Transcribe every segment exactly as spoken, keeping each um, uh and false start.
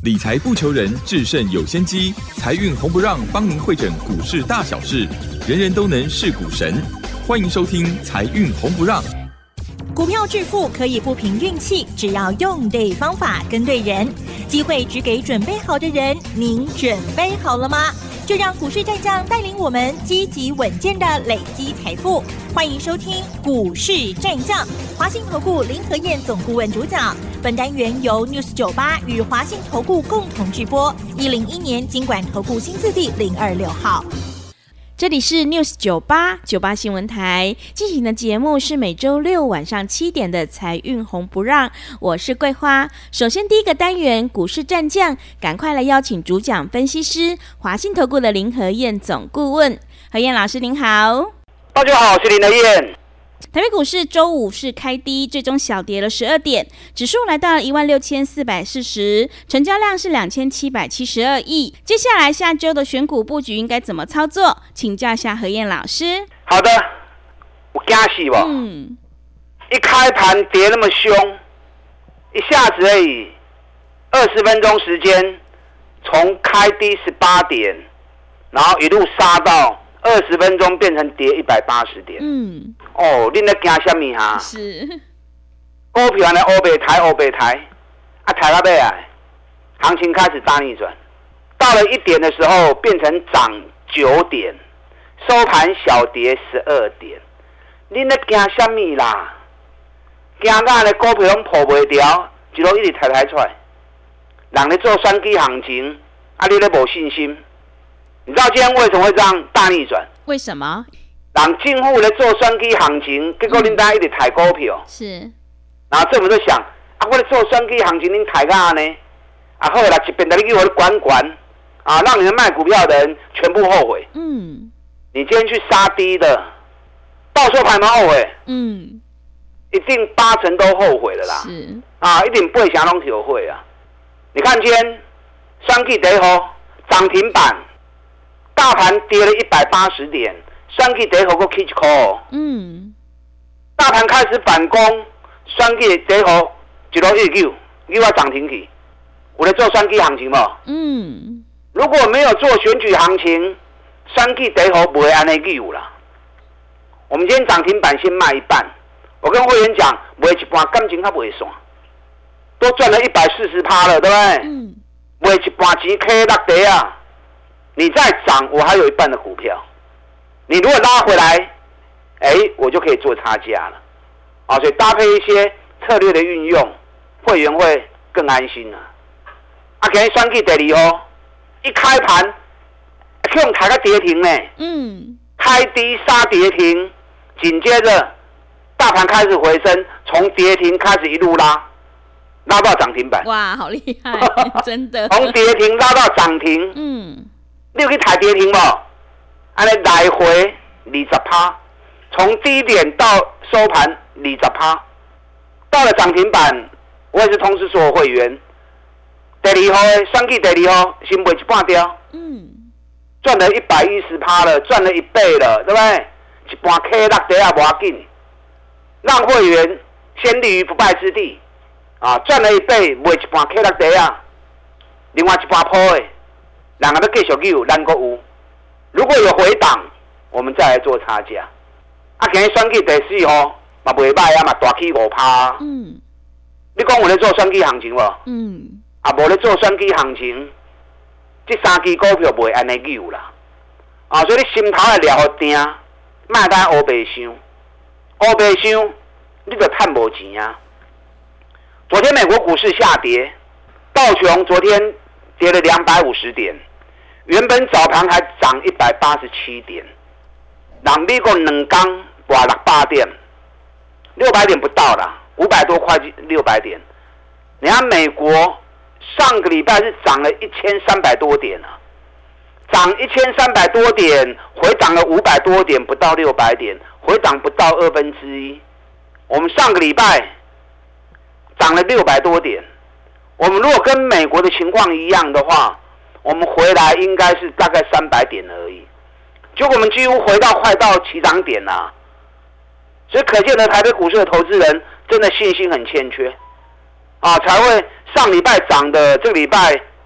理财不求人，制胜有先机。财运红不让，帮您汇整股市大小事，人人都能是股神。欢迎收听《财运红不让》。 股票致富可以不凭运气，只要用对方法，跟对人。机会只给准备好的人，您准备好了吗？就让股市战将带领我们积极稳健的累积财富。欢迎收听股市战将，华信投顾林和燕总顾问主讲。本单元由 News 九十八与华信投顾共同制播。一零一年金管投顾新字第零二六号。 这里是 News 九十八 九十八新闻台进行的节目是每周六晚上七点的财运红不让，我是桂花。首先第一个单元股市战将，赶快来邀请主讲分析师华信投顾的林和燕总顾问。和燕老师您好。 大家好，我是林和燕。 台北股市周五是开低，最终小跌了十二点，指数来到了一万六千四百四十，成交量是两千七百七十二亿。接下来下周的选股布局应该怎么操作？请教一下和燕老师。 好的，我惊死不？ 嗯， 一开盘跌那么凶，一下子而已，二十分钟时间，从开低十八点，然后一路杀到二十分钟变成跌一百八十点。 嗯， 哦，你在惊什么哈？ 是股票呢，欧北台，欧北台，啊，抬到尾来，行情开始大逆转。到了一点的时候，变成涨九点，收盘小跌十二点。你在惊什么啦？惊到呢股票拢抱不掉，一路一直抬抬出来。人在做选举行情，啊，你咧无信心。你知道今天为什么会这样大逆转？ 为什么？ 人政府咧做选举行情，结果恁大家一直抬股票， 是， 然后政府就想，啊，我咧做选举行情，恁抬干呢？啊，好啦，一边在你给我管管，啊，让你们卖股票的人全部后悔。 嗯， 你今天去杀低的，到时候还蛮后悔。 嗯， 一定八成都后悔了啦。 是， 啊，一定不会想拢后悔啊。你看今天选举第一号涨停板。大盘跌了一百八十点，选举第一号还起一块。 嗯， 大盘开始反攻，选举第一号一路一九，又要涨停去。有在做选举行情无？ 嗯， 如果没有做选举行情，选举第一号不会安尼有啦。我们今天涨停板先卖一半，我跟会员讲，卖一半感情还不会算，都赚了一百四十趴了，对不对？ 嗯， 卖一半钱 K 六地啊。你再涨，我还有一半的股票。你如果拉回来，哎，我就可以做差价了。啊，所以搭配一些策略的运用，会员会更安心了。啊，今天选举第二号，一开盘，用抬个跌停呢。 嗯， 开低杀跌停，紧接着大盘开始回升，从跌停开始一路拉，拉到涨停板。 哇，好厉害，真的。 从跌停拉到涨停。 嗯。 你有去抬跌停无？安尼来回二十趴，从低点到收盘二十趴，到了涨停板，我也是通知所有会员，第二号的选举第二号先卖一半掉， 嗯， 赚了一百一十趴了，赚了一倍了，对不对？一半 K 六底也不要紧，让会员先立于不败之地，啊，赚了一倍，卖一半 K 六底啊，另外一半铺的。人家要继续有，咱还有。如果有回档，我们再来做差价。啊，今日选举第四号嘛袂歹啊，嘛大起五趴。 嗯。 你讲有咧做选举行情无？ 嗯。 啊，无咧做选举行情，这三支股票袂安尼有啦。啊，所以你心头要抓好定，莫当乌白想，乌白想，你就赚无钱啊。昨天美国股市下跌，道琼昨天跌了两百五十点，原本早盘还涨一百八十七点，让美国两天跌六百点，六百点不到啦，五百多块六百点。你看美国上个礼拜是涨了一千三百多点啊，涨一千三百多点，回涨了五百多点，不到六百点，回涨不到二分之一。我们上个礼拜涨了六百多点。我们如果跟美国的情况一样的话，我们回来应该是大概三百点而已，结果我们几乎回到快到起涨点啦，所以可见的台北股市的投资人真的信心很欠缺啊，才会上礼拜涨的，这个礼拜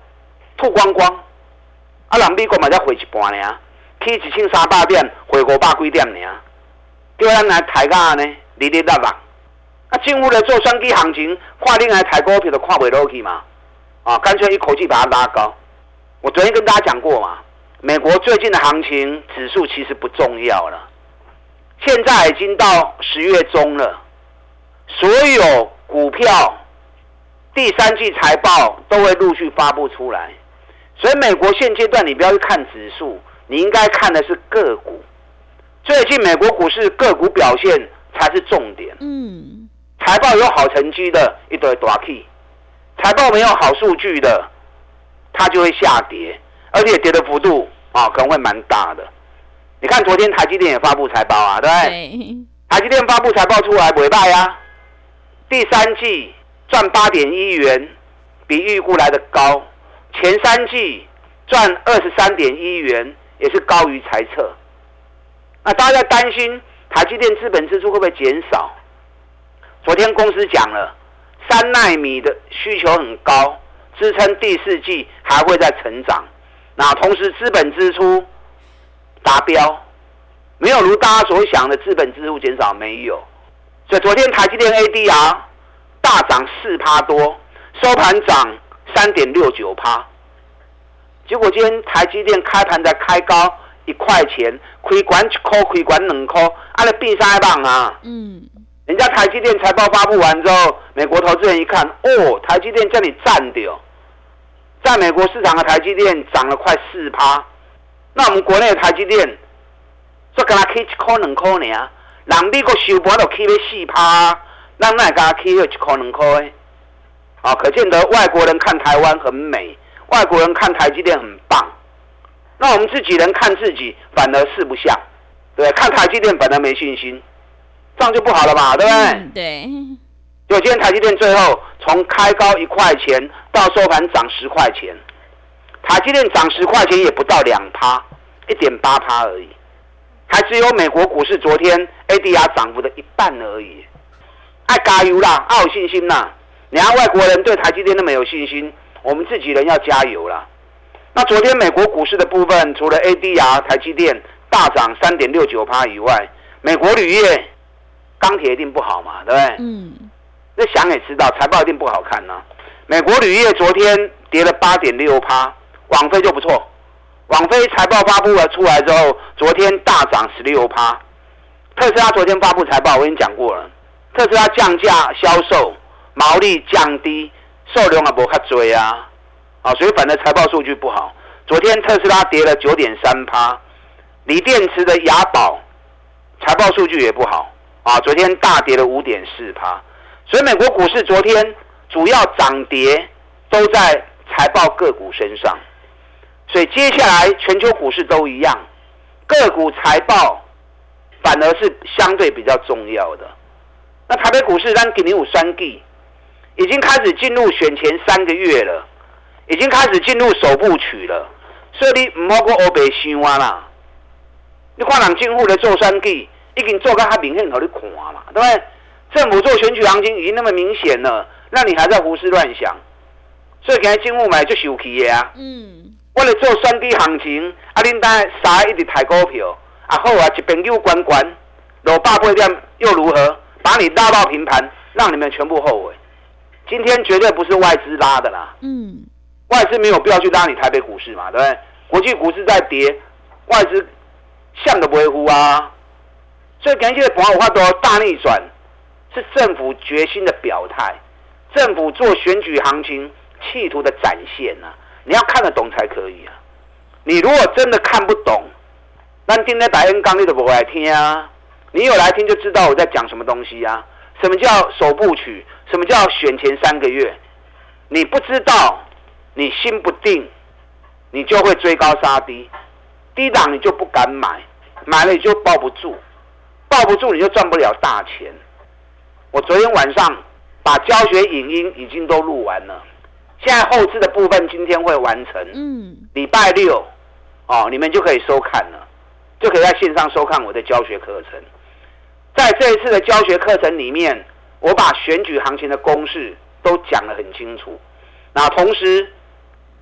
吐光光。啊，人美国嘛才回一半尔，起一千三百点，回五百几点尔，叫咱来抬价呢，日日落落。啊，政府来做选举行情，看恁来抬股票都看不落去嘛，啊，干脆一口气把它拉高。我昨天跟大家讲过嘛，美国最近的行情指数其实不重要了，现在已经到十月中了，所有股票第三季财报都会陆续发布出来，所以美国现阶段你不要去看指数，你应该看的是个股。最近美国股市个股表现才是重点。嗯，财报有好成绩的一堆大起，财报没有好数据的，它就会下跌，而且跌的幅度啊、哦、可能会蛮大的。你看昨天台积电也发布财报啊，对不对？对，台积电发布财报出来不赖啊，第三季赚八点一元，比预估来的高。前三季赚二十三点一元，也是高于财测。那大家在担心台积电资本支出会不会减少？昨天公司讲了，三奈米的需求很高，支撑第四季还会再成长。那同时资本支出达标，没有如大家所想的资本支出减少，没有。所以昨天台积电 A D R 大涨四趴多，收盘涨三点六九趴。结果今天台积电开盘才开高一块钱，开管一块，开管两块，啊，你变三棒啊！嗯，人家台积电财报发布完之后，美国投资人一看，哦，台积电叫你占掉，在美国市场的台积电涨了快四趴，那我们国内的台积电，说跟他开一块两块呢，人美国收盘都开了四趴，咱哪会跟他开一块两块？啊，可见得外国人看台湾很美，外国人看台积电很棒。那我们自己人看自己反而四不像，对不对？看台积电反而没信心，这样就不好了嘛，对不对？ 嗯、对。 就今天台积电最后从开高一块钱到收盘涨十块钱，台积电涨十块钱也不到两趴，一点八趴而已，还只有美国股市昨天 A D R 涨幅的一半而已。爱加油啦，爱有信心啦！你看外国人对台积电那么有信心，我们自己人要加油啦。那昨天美国股市的部分，除了 A D R 台积电大涨 三点六九趴 以外，美国铝业、钢铁一定不好嘛，对不对？嗯。那想也知道，财报一定不好看啊。美国铝业昨天跌了 八点六趴，网飞就不错。网飞财报发布了出来之后，昨天大涨 十六趴。特斯拉昨天发布财报，我已经讲过了，特斯拉降价销售，毛利降低，数量也没那么多啊。啊，所以反正财报数据不好。昨天特斯拉跌了 九点三趴，锂电池的雅宝财报数据也不好啊，昨天大跌了 五点四趴。所以美国股市昨天主要涨跌都在财报个股身上，所以接下来全球股市都一样，个股财报反而是相对比较重要的。那台北股市咱今年有选举，已经开始进入选前三个月了。已经开始进入首部曲了，所以你唔好搁黑白想啊啦！你看人政府咧做选举，已经做到较明显，互你看嘛，对不对？政府做选举行情已经那么明显了，那你还在胡思乱想？所以今日政府嘛就受气的啊！嗯，我咧做选举行情，啊，恁等三一直抬股票，啊好啊，一朋友关关，落百八点又如何？把你拉到平盘，让你们全部后悔。今天绝对不是外资拉的啦。嗯。外资没有必要去拉你台北股市嘛，对不对？国际股市在跌，外资向都不会呼啊。所以今天盘有法度大逆转，是政府决心的表态，政府做选举行情企图的展现啊！你要看得懂才可以啊。你如果真的看不懂，那今天白恩刚你都不会来听啊。你有来听就知道我在讲什么东西啊。什么叫首部曲？什么叫选前三个月？你不知道。你心不定，你就会追高杀低，低档你就不敢买，买了你就抱不住，抱不住你就赚不了大钱。我昨天晚上把教学影音已经都录完了，现在后置的部分今天会完成。嗯，礼拜六哦，你们就可以收看了，就可以在线上收看我的教学课程。在这一次的教学课程里面，我把选举行情的公式都讲得很清楚，那同时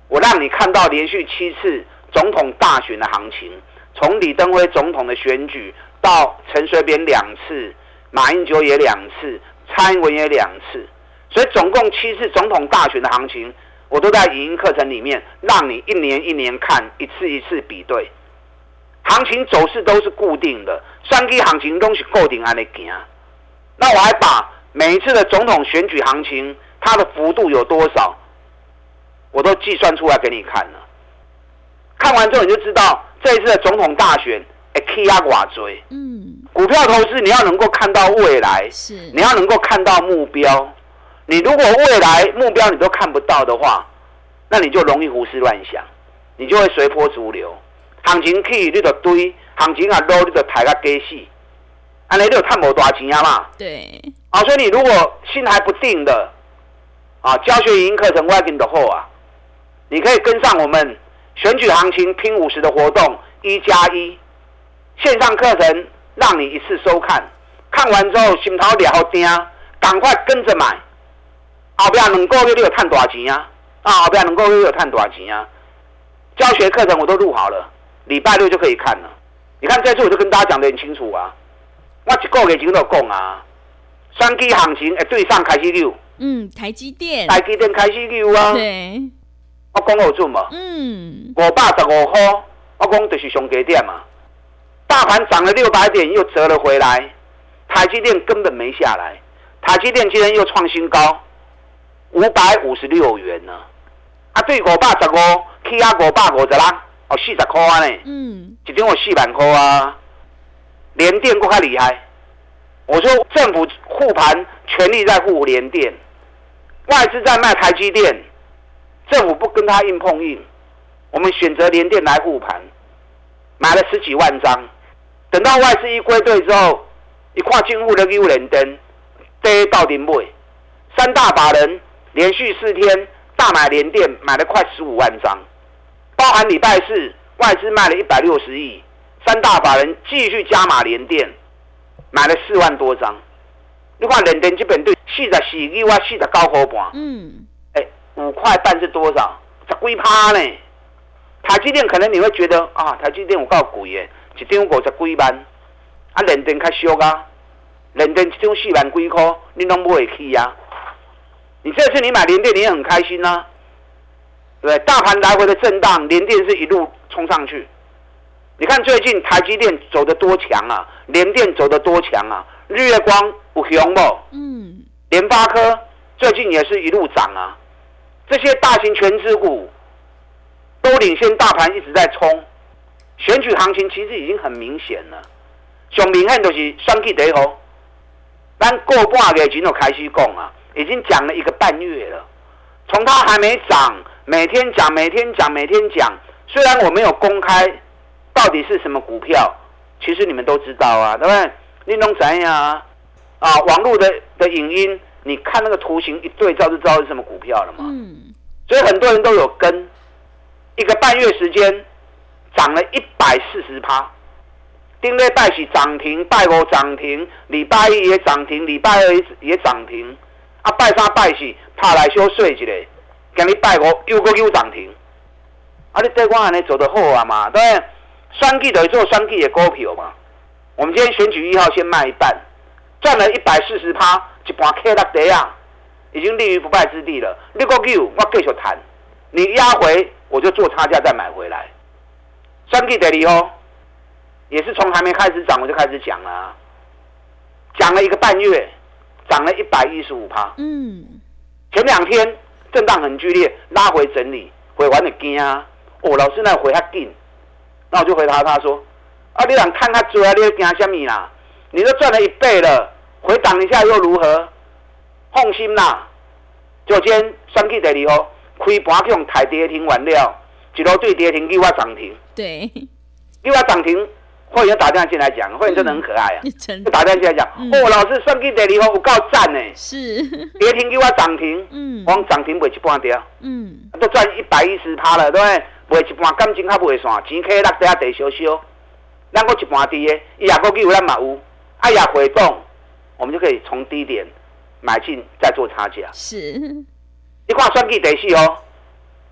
我让你看到连续七次总统大选的行情，从李登辉总统的选举到陈水扁两次，马英九也两次，蔡英文也两次，所以总共七次总统大选的行情，我都在影音课程里面让你一年一年看，一次一次比对，行情走势都是固定的，选举行情都是固定按呢行。那我还把每一次的总统选举行情，它的幅度有多少，我都计算出来给你看了。看完之后你就知道这一次的总统大选会起啊多少。嗯，股票投资你要能够看到未来，是你要能够看到目标。你如果未来目标你都看不到的话，那你就容易胡思乱想，你就会随波逐流。行情起你就追，行情啊落你就抬到假死，安尼你就赚无大钱啊嘛。 对。 啊，所以你如果心还不定的，啊，教学营课程我跟的后啊，你可以跟上我们选举行情拼五十的活动一加一线上课程，让你一次收看，看完之后心头了好定，赶快跟着买。后边两个月你有赚大钱啊！啊，后边两个月你有赚大钱啊！教学课程我都录好了，礼拜六就可以看了。你看这次我就跟大家讲得很清楚啊，我一个月前都有讲啊，选举行情会对上开始溜。 嗯，台积电。 台积电开始溜啊。 对。 我讲有准无？嗯。五百十五块，我讲就是上低点嘛。大盘涨了六百点，又折了回来，台积电根本没下来。台积电今天又创新高。五百五十六元呢，啊，对五百十五，起啊五百五十六，哦，四十块啊呢，嗯，一张有四万块啊，联电更加厉害。我说政府护盘，全力在护联电，外资在卖台积电，政府不跟他硬碰硬，我们选择联电来护盘，买了十几万张，等到外资一归队之后，一看进户的有联电，跌到顶尾，三大法人。连续四天大买联电，买了快十五万张，包含礼拜四外资卖了一百六十亿，三大法人继续加码联电，买了四万多张。你看联电这边对四十四亿啊，四十九块半，嗯，哎，五块半是多少？十几趴呢？台积电可能你会觉得啊，台积电有够贵耶，一张五十几万，啊联电较俗啊，联电一张四万几块，你拢买得起啊？你这次你买联电你也很开心啊，对不对？大盘来回的震荡，联电是一路冲上去。你看最近台积电走得多强啊，联电走得多强啊，日月光有雄不？嗯，联发科最近也是一路涨啊。这些大型全资股都领先大盘一直在冲，选举行情其实已经很明显了。上明显就是选举第一号，咱过半个月前就开始讲啊。已经讲了一个半月了，从它还没涨，每天讲，每天讲，每天讲。虽然我没有公开到底是什么股票，其实你们都知道啊，对不对？你弄怎样啊？啊，网络的的影音，你看那个图形一对照就知道是什么股票了嘛。嗯。所以很多人都有跟，一个半月时间涨了一百四十趴。顶礼拜是涨停，拜五涨停，礼拜一也涨停，礼拜二也涨停。啊，拜三拜四拍来小睡一下，今日拜五又个又涨停。啊，你对我安尼做得好啊嘛，对不对？选举就是做选举的股票嘛。我们今天选举一号先卖一半，赚了一百四十趴，一盘 K 六底啊，已经立于不败之地了。你个九我继续谈，你压回我就做差价再买回来。选举第二号也是从还没开始涨我就开始讲了、啊，讲了一个半月。涨了一百一十五趴，嗯，前两天震荡很剧烈，拉回整理，回完的惊啊！哦，老师那回他紧，那我就回答他说：啊，你想看他追啊，你在惊什么啦？你都赚了一倍了，回档一下又如何？放心啦，就今天选举第二号，开盘去用台跌停完了，一路对跌停，给我涨停， 对， 给我涨停。会员打电话进来讲，会员真的很可爱啊！就打电话进来讲，嗯、哦，老师选举第二号有够赞呢， 是跌停给我涨停，嗯，我涨停卖一半掉，嗯，都赚一百一十趴了，对不对？卖一半感情较袂散，钱起落底下地小小，咱个一半低的，伊也个有咱嘛有，啊也回动，我们就可以从低点买进，再做差价。 是， 你看选举第四号，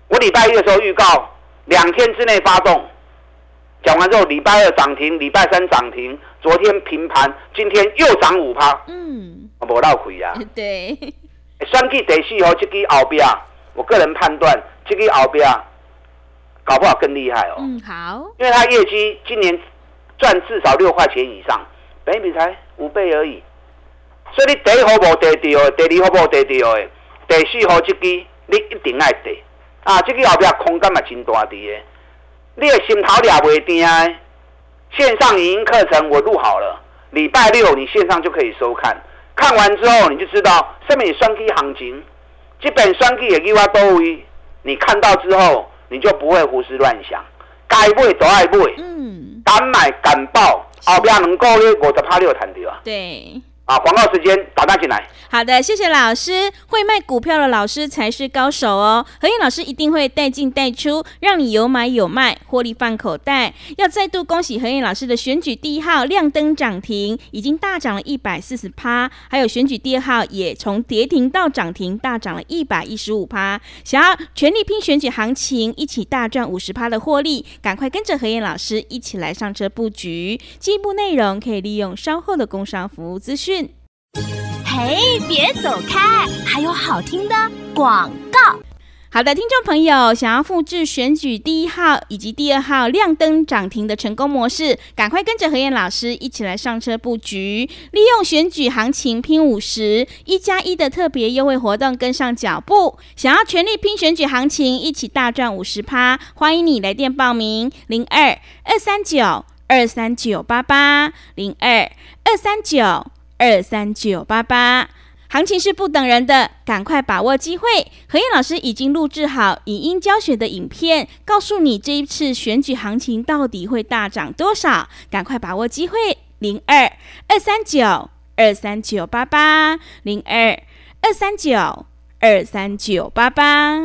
我礼拜一的时候预告，两天之内发动。讲完之后，礼拜二涨停，礼拜三涨停，昨天平盘，今天又涨五趴。嗯，我无闹亏啊。 对。 选举第四号这支后边，我个人判断这支后边搞不好更厉害哦。 嗯，好。因为它业绩今年赚至少六块钱以上，本益比才五倍而已。所以你第一号无跌到的，第二号无跌到的，第四号这支你一定爱跌啊！这支后边空间嘛真大的。你的心头抓袂定的，线上影音课程我录好了，礼拜六你线上就可以收看。看完之后你就知道什么是选举行情，这本选举的计划都位，你看到之后你就不会胡思乱想，该买都爱买，嗯，敢买敢报，后边两个月五十趴六赚到啊。 对。 啊，广告时间打单进来。 好的，谢谢老师。会卖股票的老师才是高手哦。和晏老师一定会带进带出，让你有买有卖，获利放口袋。要再度恭喜和晏老师的选举第一号亮灯涨停，已经大涨了一百四十趴，还有选举第二号也从跌停到涨停，大涨了一百一十五趴。想要全力拼选举行情，一起大赚五十趴的获利，赶快跟着和晏老师一起来上车布局。进一步内容可以利用稍后的工商服务资讯。 嘿，别走开，还有好听的广告。 好的，听众朋友，想要复制选举第一号以及第二号亮灯涨停的成功模式，赶快跟着和晏老师一起来上车布局，利用选举行情拼五十一加一的特别优惠活动跟上脚步。想要全力拼选举行情，一起大赚五十趴，欢迎你来电报名零二二三九二三九八八零二二三九二三九八八。行情是不等人的，赶快把握机会。和晏老师已经录制好影音教学的影片，告诉你这一次选举行情到底会大涨多少，赶快把握机会。零二二三九二三九八八零二二三九二三九八八。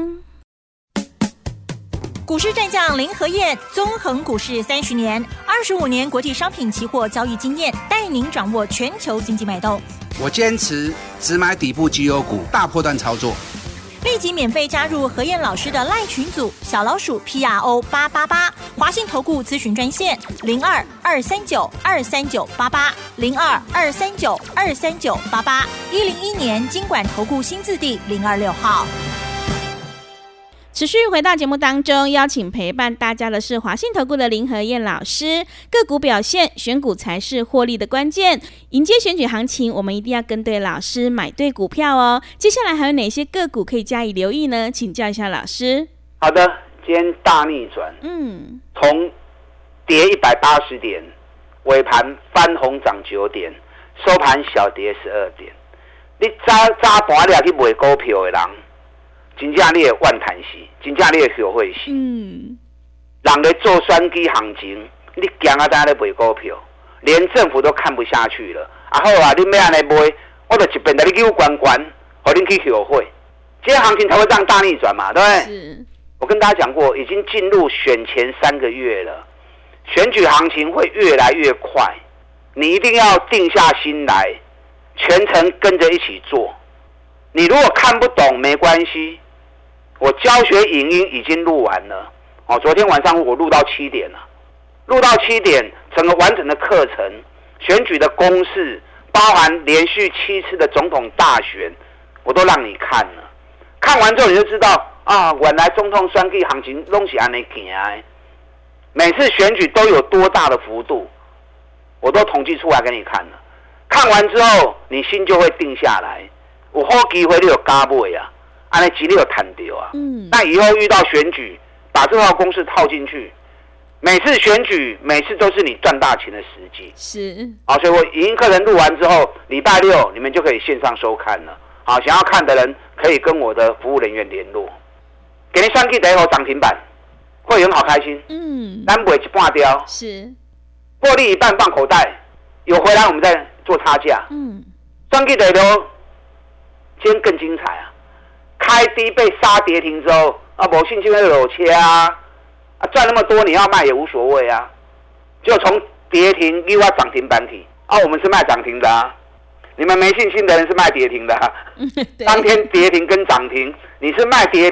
股市战将林和晏，纵横股市三十年，二十五年国际商品期货交易经验，带您掌握全球经济脉动。 我坚持只买底部绩优股，大波段操作。 立即免费加入和晏老师的赖群组，小老鼠 P R O 八八八，华信投顾咨询专线零二二三九二三九八八零二二三九二三九八八，一零一年金管投顾新字第零二六号。 持续回到节目当中，邀请陪伴大家的是华信投顾的林和晏老师。个股表现，选股才是获利的关键。迎接选举行情，我们一定要跟对老师，买对股票哦。接下来还有哪些个股可以加以留意呢？请教一下老师。 好的，今天大逆转，嗯，从跌一百八十点，尾盘翻红涨九点，收盘小跌十二点。你早早盘了去买股票的人，真正你会怨叹死，真正你会后悔死。嗯，人咧做选举行情，你惊啊在咧买股票，连政府都看不下去了。啊好啊，你要安尼买，我就一边在你给我关关，让你去后悔。今天行情才会这样大逆转嘛，对不对？是。我跟大家讲过，已经进入选前三个月了，选举行情会越来越快，你一定要定下心来，全程跟着一起做。你如果看不懂没关系，我教学影音已经录完了。哦，昨天晚上我录到七点了，录到七点，整个完整的课程，选举的公式，包含连续七次的总统大选，我都让你看了。看完之后你就知道啊，原来总统选举行情都是这样走的，每次选举都有多大的幅度，我都统计出来给你看了。看完之后，你心就会定下来。有好机会你就加买啊，安尼钱你就赚到啊。嗯。那以后遇到选举，把这套公式套进去，每次选举，每次都是你赚大钱的时机。 是。 好，所以我影音课程录完之后，礼拜六你们就可以线上收看了。好，想要看的人可以跟我的服务人员联络。给你上去第一号涨停板，会员好开心。嗯。咱买一半掉。 是。 获利一半放口袋，有回来我们再做差价。嗯。上去第一号。今天更精彩啊！开低被杀跌停之后，啊，没信心会有切啊，啊，赚那么多你要卖也无所谓啊，就从跌停又要涨停板体啊，我们是卖涨停的啊，你们没信心的人是卖跌停的啊。当天跌停跟涨停，你是卖跌停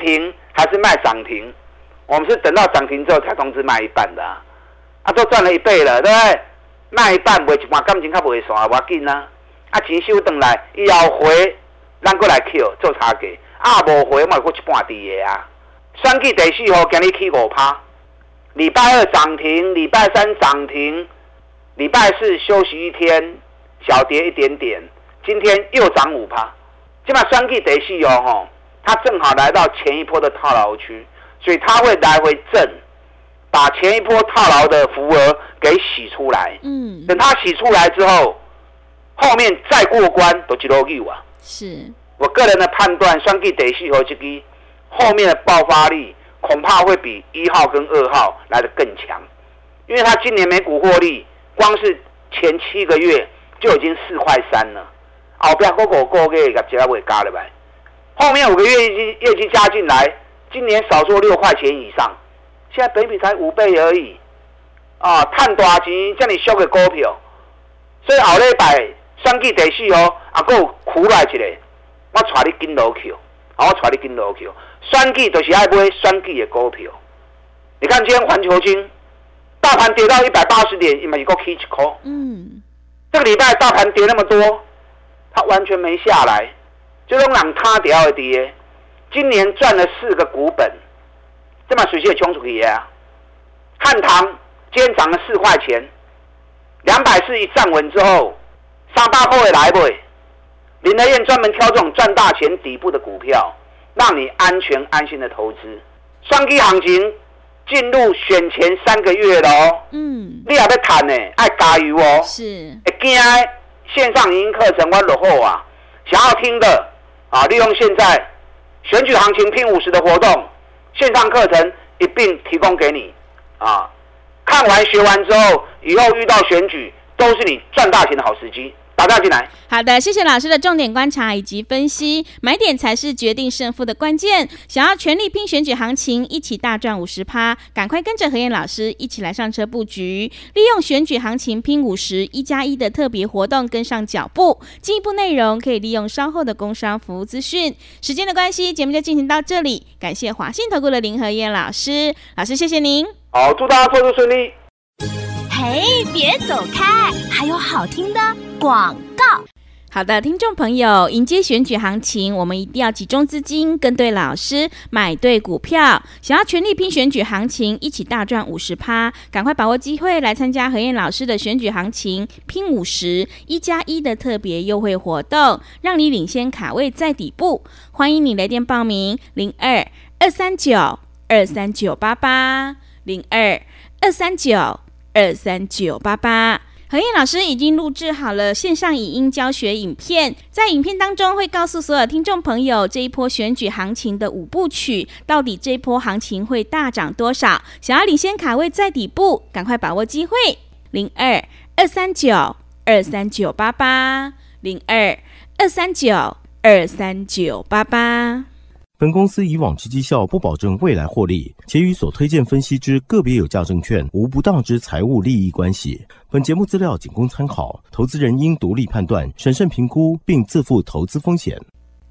还是卖涨停？我们是等到涨停之后才通知卖一半的啊，啊都赚了一倍了，对不对？卖一半卖一半，感情较袂散，无要紧啊。啊钱收回来，以后回咱过来 Q 做差价，啊无回嘛佫一半低的啊。选举第四号今日起五趴，礼拜二涨停，礼拜三涨停，礼拜四休息一天，小跌一点点，今天又涨五趴。今嘛选举第四号吼，它正好来到前一波的套牢区，所以它会来回震。把前一波套牢的浮额给洗出来，嗯，等它洗出来之后，后面再过关都一路有啊。 是， 我个人的判断，选举第四号这支后面的爆发力恐怕会比一号跟二号来得更强，因为它今年每股获利，光是前七个月就已经四块三了，后边个个个月业绩还会加了呗，后面五个月业绩业绩加进来，今年少说六块钱以上。现在本比才五倍而已，啊，赚大钱这么俗的股票，所以后礼拜选举第四号，啊，还有苦来一个，我带你跟落去，啊，我带你跟落去。选举就是爱买选举的股票。你看今天环球金，大盘跌到一百八十点，伊嘛是个起一块。嗯。这个礼拜大盘跌那么多，它完全没下来，就让人塌掉的跌。今年赚了四个股本。这么水泄冲出去啊！汉唐今天涨了四块钱，两百四一站稳之后，三八块也来不？林和燕专门挑这种赚大钱底部的股票，让你安全安心的投资。双基行情进入选前三个月了哦，嗯，你也要谈呢，爱加油哦。 是， 会惊线上影音课程我落后啊，想要听的啊，利用现在选举行情拼五十的活动。线上课程一并提供给你啊！看完学完之后，以后遇到选举都是你赚大钱的好时机。打电话进来。 好的，谢谢老师的重点观察以及分析，买点才是决定胜负的关键。想要全力拼选举行情，一起大赚 百分之五十， 赶快跟着和晏老师一起来上车布局，利用选举行情拼五十一加一的特别活动跟上脚步。进一步内容可以利用稍后的工商服务资讯。时间的关系，节目就进行到这里，感谢华信投顾的林和晏老师，老师谢谢您。 好，祝大家操作顺利。 嘿，别走开，还有好听的广告。 好的，听众朋友，迎接选举行情，我们一定要集中资金，跟对老师，买对股票。想要全力拼选举行情，一起大赚 百分之五十， 赶快把握机会来参加和晏老师的选举行情拼五十一加一的特别优惠活动，让你领先卡位在底部。欢迎你来电报名零二二三九二三九八八零二二三九二三九八八。和晏老师已经录制好了线上影音教学影片，在影片当中会告诉所有听众朋友这一波选举行情的五部曲，到底这一波行情会大涨多少？想要领先卡位在底部，赶快把握机会，零二二三九二三九八八零二二三九二三九八八。 本公司以往之绩效不保证未来获利，且与所推荐分析之个别有价证券无不当之财务利益关系。本节目资料仅供参考，投资人应独立判断、审慎评估，并自负投资风险。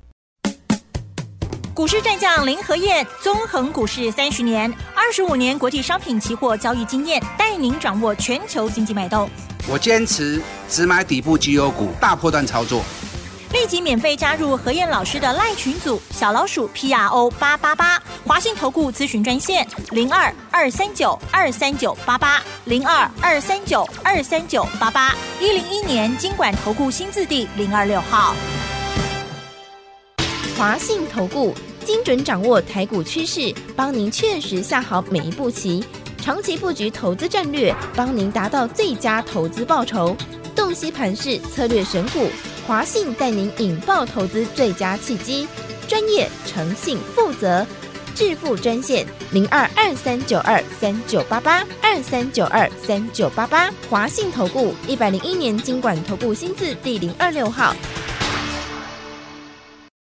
股市战将林和晏，纵横股市三十年，二十五年国际商品期货交易经验，带您掌握全球经济脉动。 我坚持只买底部绩优股，大波段操作。 立即免费加入和晏老师的赖群组，小老鼠 P R O 八八八，华信投顾咨询专线零二二三九二三九八八零二二三九二三九八八，一零一年金管投顾新字第零二六号。 华信投顾精准掌握台股趋势，帮您确实下好每一步棋，长期布局投资战略，帮您达到最佳投资报酬。洞悉盘势，策略选股。华信带您引爆投资最佳契机，专业、诚信、负责，致富专线零二二三九二三九八八二三九二三九八八，华信投顾一百零一年金管投顾新字第零二六号。